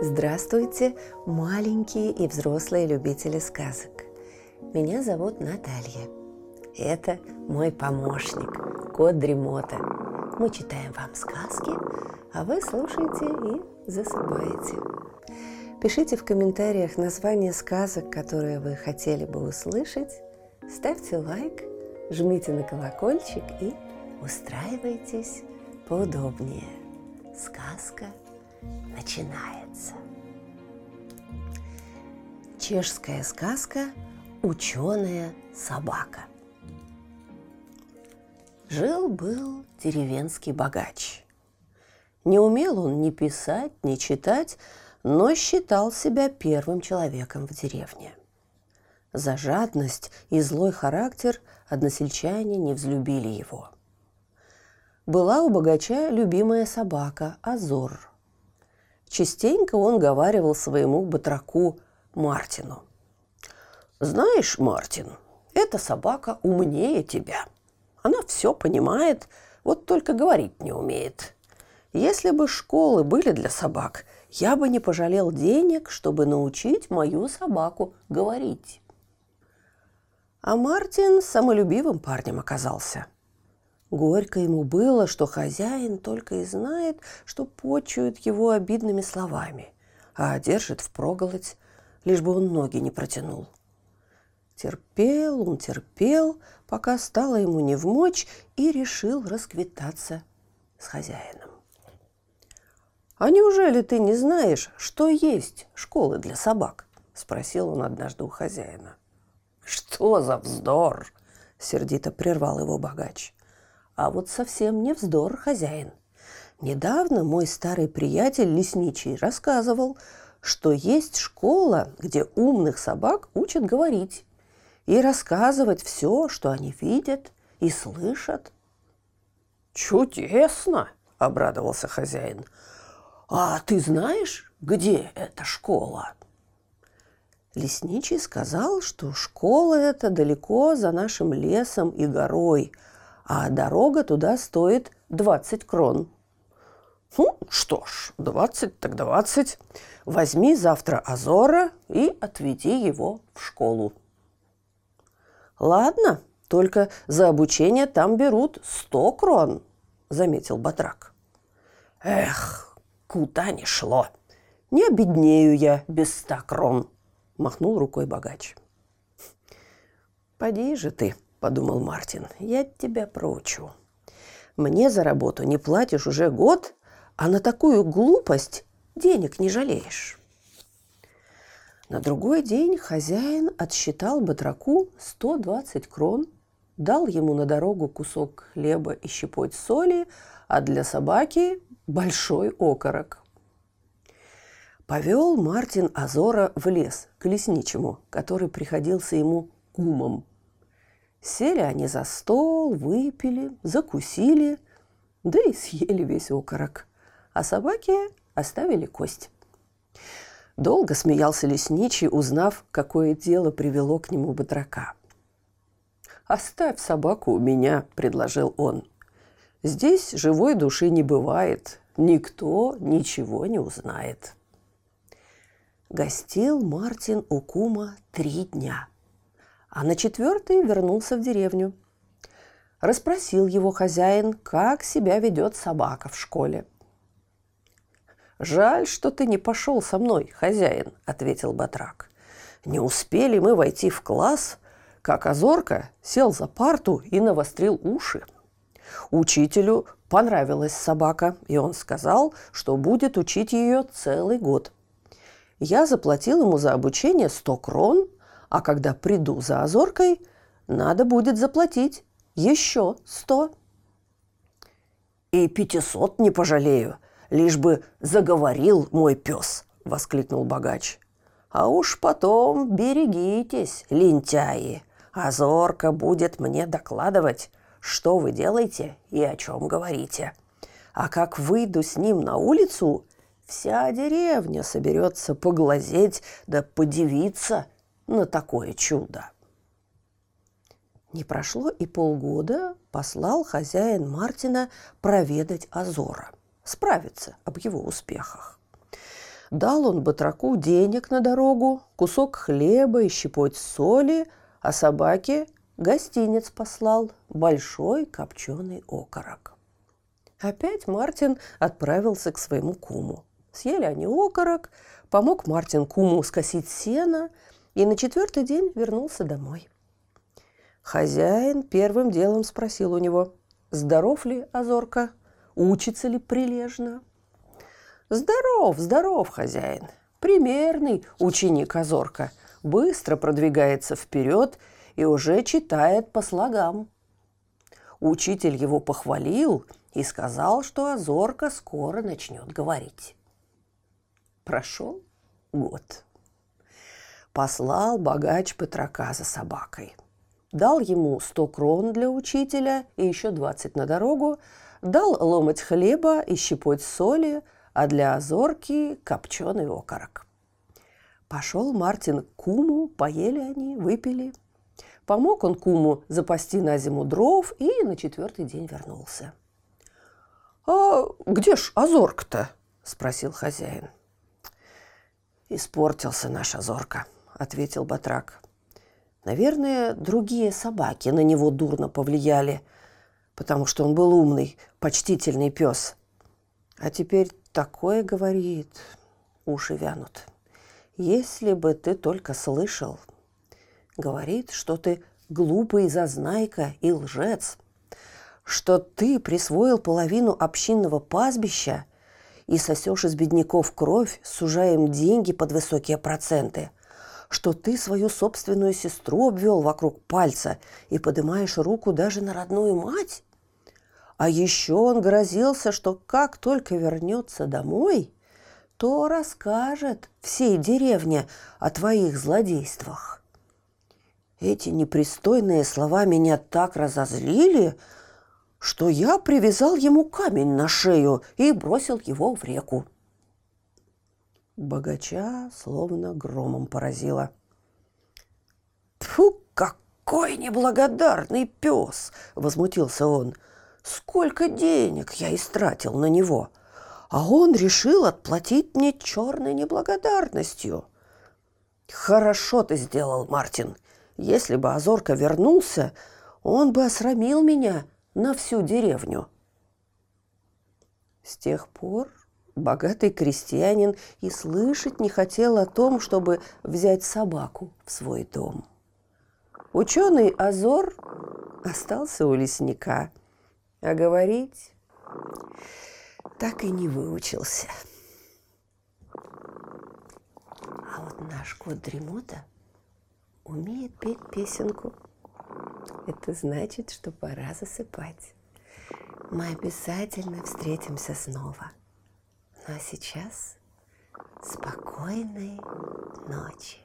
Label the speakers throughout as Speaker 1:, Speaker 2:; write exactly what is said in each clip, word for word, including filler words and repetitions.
Speaker 1: Здравствуйте, маленькие и взрослые любители сказок. Меня зовут Наталья. Это мой помощник, кот Дремота. Мы читаем вам сказки, а вы слушаете и засыпаете. Пишите в комментариях названия сказок, которые вы хотели бы услышать. Ставьте лайк, жмите на колокольчик и устраивайтесь поудобнее. Сказка начинается. Чешская сказка «Ученая собака». Жил-был деревенский богач. Не умел он ни писать, ни читать, но считал себя первым человеком в деревне. За жадность и злой характер односельчане не взлюбили его. Была у богача любимая собака Азор. Частенько он говаривал своему батраку Мартину: «Знаешь, Мартин, эта собака умнее тебя. Она все понимает, вот только говорить не умеет. Если бы школы были для собак, я бы не пожалел денег, чтобы научить мою собаку говорить». А Мартин самолюбивым парнем оказался. Горько ему было, что хозяин только и знает, что почует его обидными словами, а держит впроголодь, лишь бы он ноги не протянул. Терпел он, терпел, пока стало ему невмочь, и решил расквитаться с хозяином. «А неужели ты не знаешь, что есть школы для собак?» – спросил он однажды у хозяина. «Что за вздор!» – сердито прервал его богач. «А вот совсем не вздор, хозяин. Недавно мой старый приятель лесничий рассказывал, что есть школа, где умных собак учат говорить и рассказывать все, что они видят и слышат». «Чудесно!» – обрадовался хозяин. «А ты знаешь, где эта школа?» Лесничий сказал, что школа эта далеко за нашим лесом и горой, а дорога туда стоит двадцать крон. «Ну, что ж, двадцать так двадцать. Возьми завтра Азора и отведи его в школу». «Ладно, только за обучение там берут сто крон», – заметил батрак. «Эх, куда ни шло. Не обеднею я без ста крон», – махнул рукой богач. «Поди же ты», – подумал Мартин, – «я тебя проучу. Мне за работу не платишь уже год, а на такую глупость денег не жалеешь». На другой день хозяин отсчитал батраку сто двадцать крон, дал ему на дорогу кусок хлеба и щепоть соли, а для собаки большой окорок. Повел Мартин Азора в лес к лесничему, который приходился ему кумом. Сели они за стол, выпили, закусили, да и съели весь окорок, а собаки оставили кость. Долго смеялся лесничий, узнав, какое дело привело к нему батрака. «Оставь собаку у меня», – предложил он. «Здесь живой души не бывает, никто ничего не узнает». Гостил Мартин у кума три дня, а на четвертый вернулся в деревню. Расспросил его хозяин, как себя ведет собака в школе. «Жаль, что ты не пошел со мной, хозяин», – ответил батрак. «Не успели мы войти в класс, как Азорка сел за парту и навострил уши. Учителю понравилась собака, и он сказал, что будет учить ее целый год. Я заплатил ему за обучение сто крон, а когда приду за Азоркой, надо будет заплатить еще сто». «И пятисот не пожалею, лишь бы заговорил мой пес», – воскликнул богач. «А уж потом берегитесь, лентяи. Азорка будет мне докладывать, что вы делаете и о чем говорите. А как выйду с ним на улицу, вся деревня соберется поглазеть да подивиться на такое чудо». Не прошло и полгода, послал хозяин Мартина проведать Азора, справиться об его успехах. Дал он батраку денег на дорогу, кусок хлеба и щепоть соли, а собаке гостинец послал – большой копченый окорок. Опять Мартин отправился к своему куму. Съели они окорок, помог Мартин куму скосить сено и на четвертый день вернулся домой. Хозяин первым делом спросил у него, здоров ли Азорка, учится ли прилежно. «Здоров, здоров, хозяин. Примерный ученик Азорка. Быстро продвигается вперед и уже читает по слогам». Учитель его похвалил и сказал, что Азорка скоро начнет говорить. Прошел год. Послал богач Петрака за собакой. Дал ему сто крон для учителя и еще двадцать на дорогу, дал ломоть хлеба и щепоть соли, а для Азорки копченый окорок. Пошел Мартин к куму, поели они, выпили. Помог он куму запасти на зиму дров и на четвертый день вернулся. «А где ж Азорка-то?» – спросил хозяин. «Испортился наш Азорка», – ответил батрак. «Наверное, другие собаки на него дурно повлияли, потому что он был умный, почтительный пес. А теперь такое говорит, уши вянут. Если бы ты только слышал. Говорит, что ты глупый зазнайка и лжец, что ты присвоил половину общинного пастбища и сосешь из бедняков кровь, сужая им деньги под высокие проценты, что ты свою собственную сестру обвел вокруг пальца и поднимаешь руку даже на родную мать. А еще он грозился, что как только вернется домой, то расскажет всей деревне о твоих злодействах. Эти непристойные слова меня так разозлили, что я привязал ему камень на шею и бросил его в реку». Богача словно громом поразило. «Тьфу, какой неблагодарный пес!» – возмутился он. «Сколько денег я истратил на него, а он решил отплатить мне черной неблагодарностью. Хорошо ты сделал, Мартин. Если бы Азорка вернулся, он бы осрамил меня на всю деревню». С тех пор богатый крестьянин и слышать не хотел о том, чтобы взять собаку в свой дом. Ученый Азор остался у лесника, а говорить так и не выучился. А вот наш кот Дремота умеет петь песенку. Это значит, что пора засыпать. Мы обязательно встретимся снова. Ну а сейчас спокойной ночи.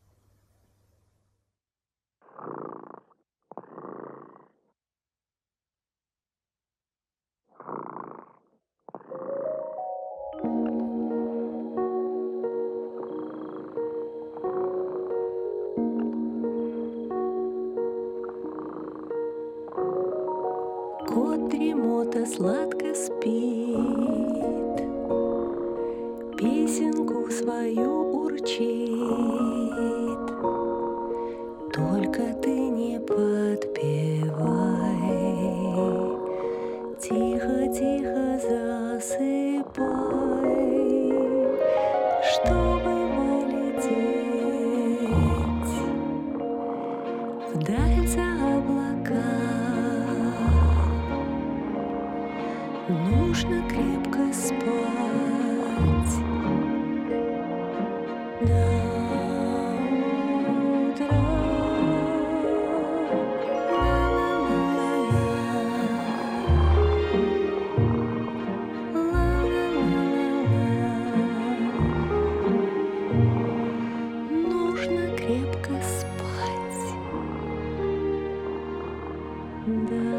Speaker 2: Кот Дремота сладко спит, песенку свою урчит. Только ты не подпевай, тихо-тихо засыпай, чтобы полететь вдаль за облака. Нужно крепко спать до утра. Нужно крепко спать до